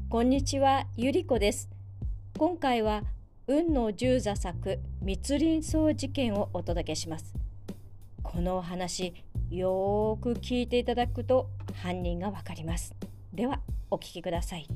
こんにちは、ゆりこです。今回は雲野十座作密林荘事件をお届けします。このお話、よーく聞いていただくと犯人がわかります。では、お聞きください。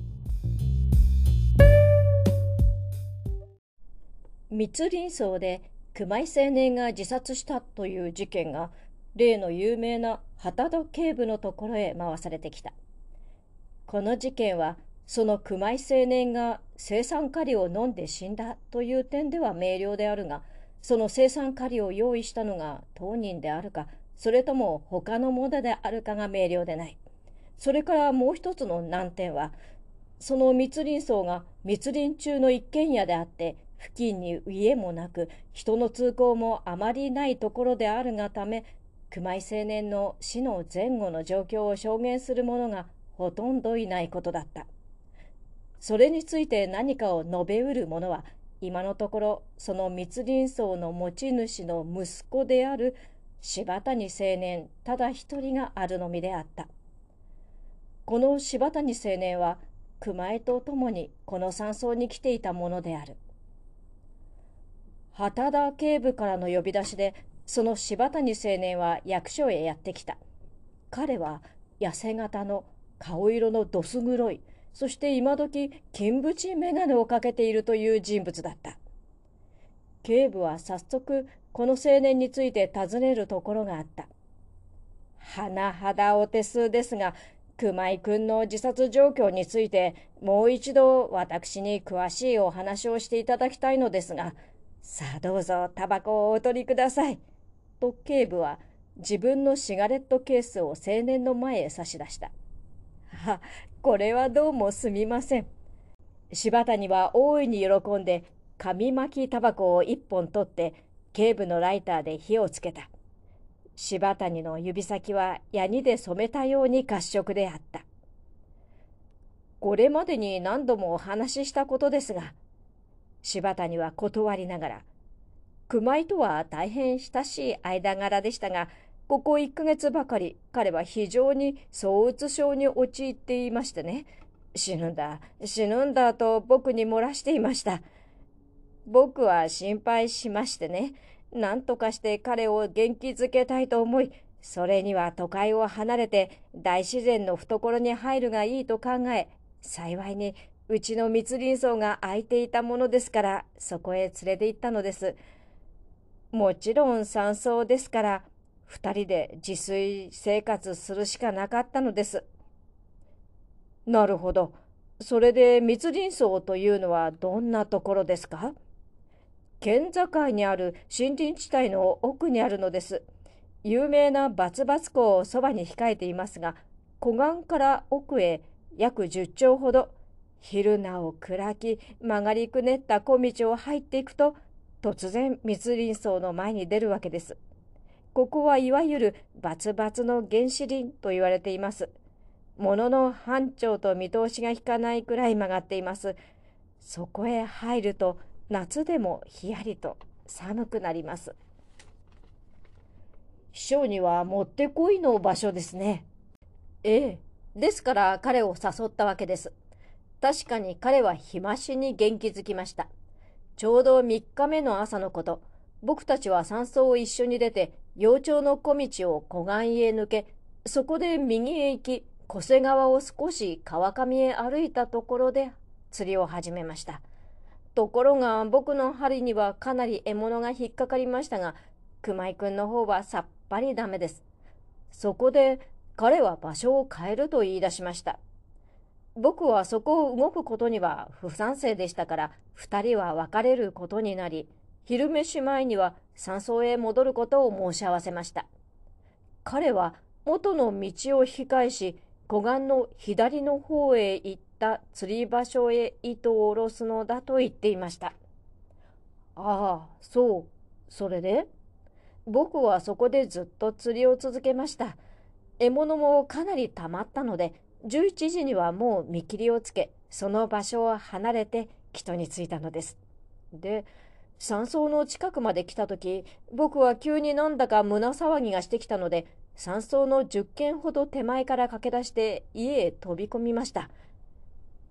密林荘で熊井青年が自殺したという事件が、例の有名な畑田警部のところへ回されてきた。この事件は、その熊井青年が青酸カリを飲んで死んだという点では明瞭であるが、その青酸カリを用意したのが当人であるか、それとも他のものであるかが明瞭でない。それからもう一つの難点は、その密林荘が密林中の一軒家であって、付近に家もなく、人の通行もあまりないところであるがため、熊井青年の死の前後の状況を証言する者がほとんどいないことだった。それについて何かを述べうる者は、今のところその密林荘の持ち主の息子である柴谷青年ただ一人があるのみであった。この柴谷青年は熊井と共にこの山荘に来ていたものである。畑田警部からの呼び出しで、その柴谷青年は役所へやってきた。彼は痩せ型の顔色のどす黒い、そして今時金縁眼鏡をかけているという人物だった。警部は早速この青年について尋ねるところがあった。甚だお手数ですが、熊井君の自殺状況についてもう一度私に詳しいお話をしていただきたいのですが、さあどうぞタバコをお取りください。と警部は自分のシガレットケースを青年の前へ差し出した。これはどうもすみません。柴谷は大いに喜んで紙巻きタバコを一本取って警部のライターで火をつけた。柴谷の指先はヤニで染めたように褐色であった。これまでに何度もお話ししたことですが、柴谷は断りながら、熊井とは大変親しい間柄でしたが、ここ1ヶ月ばかり彼は非常に躁うつ症に陥っていましてね、死ぬんだと僕に漏らしていました。僕は心配しましてね、何とかして彼を元気づけたいと思い、それには都会を離れて大自然の懐に入るがいいと考え、幸いにうちの密林荘が空いていたものですから、そこへ連れて行ったのです。もちろん山荘ですから、2人で自炊生活するしかなかったのです。なるほど。それで密林荘というのはどんなところですか？県境にある森林地帯の奥にあるのです。有名なバツバツ湖をそばに控えていますが、湖岸から奥へ約10丁ほど、昼なお暗き曲がりくねった小道を入っていくと、突然密林荘の前に出るわけです。ここはいわゆるバツバツの原始林と言われています。ものの半丁と見通しが引かないくらい曲がっています。そこへ入ると夏でもひやりと寒くなります。秘書にはもってこいの場所ですね。ええ。ですから彼を誘ったわけです。確かに彼は日増しに元気づきました。ちょうど3日目の朝のこと、僕たちは山荘を一緒に出て、幼鳥の小道を湖岸へ抜け、そこで右へ行き、小瀬川を少し川上へ歩いたところで釣りを始めました。ところが僕の針にはかなり獲物が引っかかりましたが、熊井くんの方はさっぱりダメです。そこで彼は場所を変えると言い出しました。僕はそこを動くことには不賛成でしたから、2人は別れることになり、昼飯前には山荘へ戻ることを申し合わせました。彼は元の道を引き返し、湖岸の左の方へ行った釣り場所へ糸を下ろすのだと言っていました。ああ、そう。それで僕はそこでずっと釣りを続けました。獲物もかなりたまったので、11時にはもう見切りをつけ、その場所を離れて帰途に着いたのです。で、山荘の近くまで来た時、僕は急になんだか胸騒ぎがしてきたので、山荘の10軒ほど手前から駆け出して家へ飛び込みました。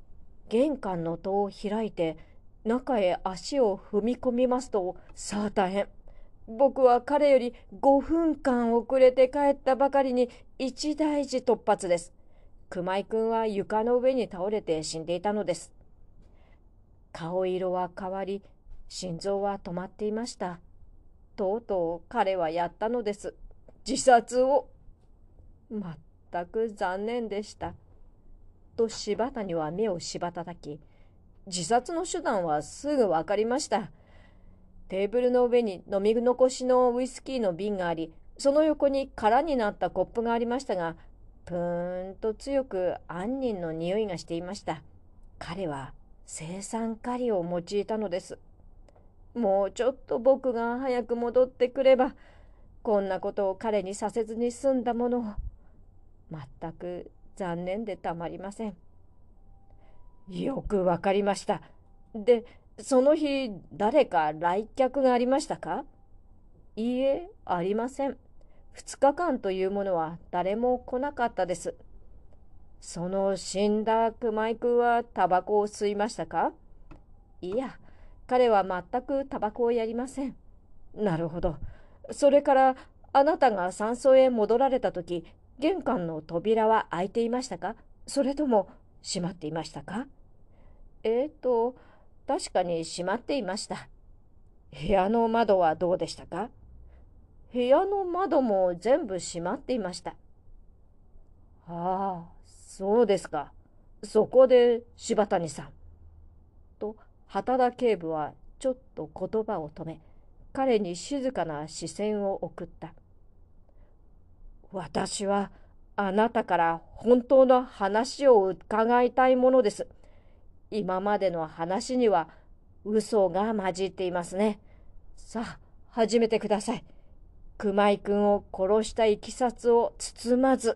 玄関の戸を開いて中へ足を踏み込みますと、さあ大変。僕は彼より5分間遅れて帰ったばかりに一大事突発です。熊井くんは床の上に倒れて死んでいたのです。顔色は変わり、心臓は止まっていました。とうとう彼はやったのです。自殺を。まったく残念でした。と柴谷は目をしばたたき、自殺の手段はすぐ分かりました。テーブルの上に飲み残しのウイスキーの瓶があり、その横に空になったコップがありましたが、ぷーんと強く杏仁の匂いがしていました。彼は青酸カリを用いたのです。もうちょっと僕が早く戻ってくれば、こんなことを彼にさせずに済んだものを。全く残念でたまりません。よくわかりました。で、その日、誰か来客がありましたか？いいえ、ありません。2日間というものは誰も来なかったです。その死んだ熊井君はタバコを吸いましたか？いや、彼は全くタバコをやりません。なるほど。それからあなたが山荘へ戻られたとき、玄関の扉は開いていましたか？それとも閉まっていましたか？確かに閉まっていました。部屋の窓はどうでしたか？部屋の窓も全部閉まっていました。ああ、そうですか。そこで柴谷さん。と、畑田警部はちょっと言葉を止め、彼に静かな視線を送った。私はあなたから本当の話を伺いたいものです。今までの話には嘘が混じっていますね。さあ、始めてください。熊井くんを殺したいきさつを包まず。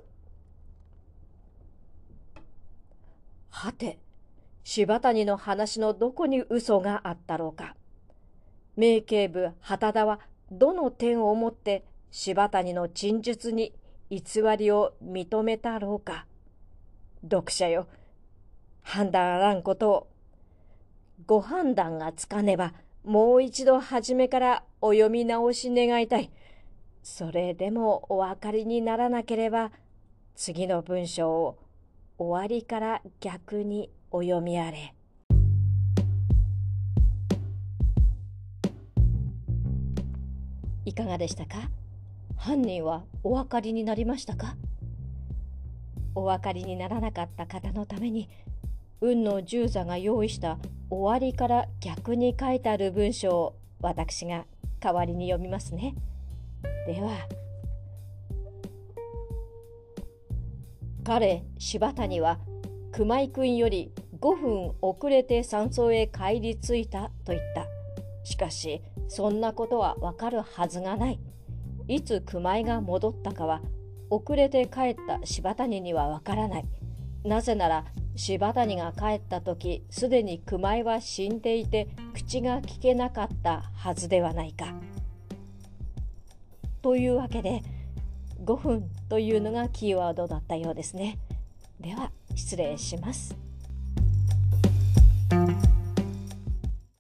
はて、柴谷の話のどこに嘘があったろうか。名警部畑田はどの点をもって柴谷の陳述に偽りを認めたろうか。読者よ、判断あらんことを。ご判断がつかねば、もう一度初めからお読み直し願いたい。それでもお分かりにならなければ、次の文章を終わりから逆にお読みあれ。いかがでしたか？犯人はお分かりになりましたか？お分かりにならなかった方のために、運の十座が用意した終わりから逆に書いてある文章を私が代わりに読みますね。では、彼柴谷は熊井くんより5分遅れて山荘へ帰り着いたと言った。しかしそんなことはわかるはずがない。いつ熊井が戻ったかは遅れて帰った柴谷にはわからない。なぜなら柴谷が帰った時、すでに熊井は死んでいて口が聞けなかったはずではないか。というわけで5分というのがキーワードだったようですね。では失礼します。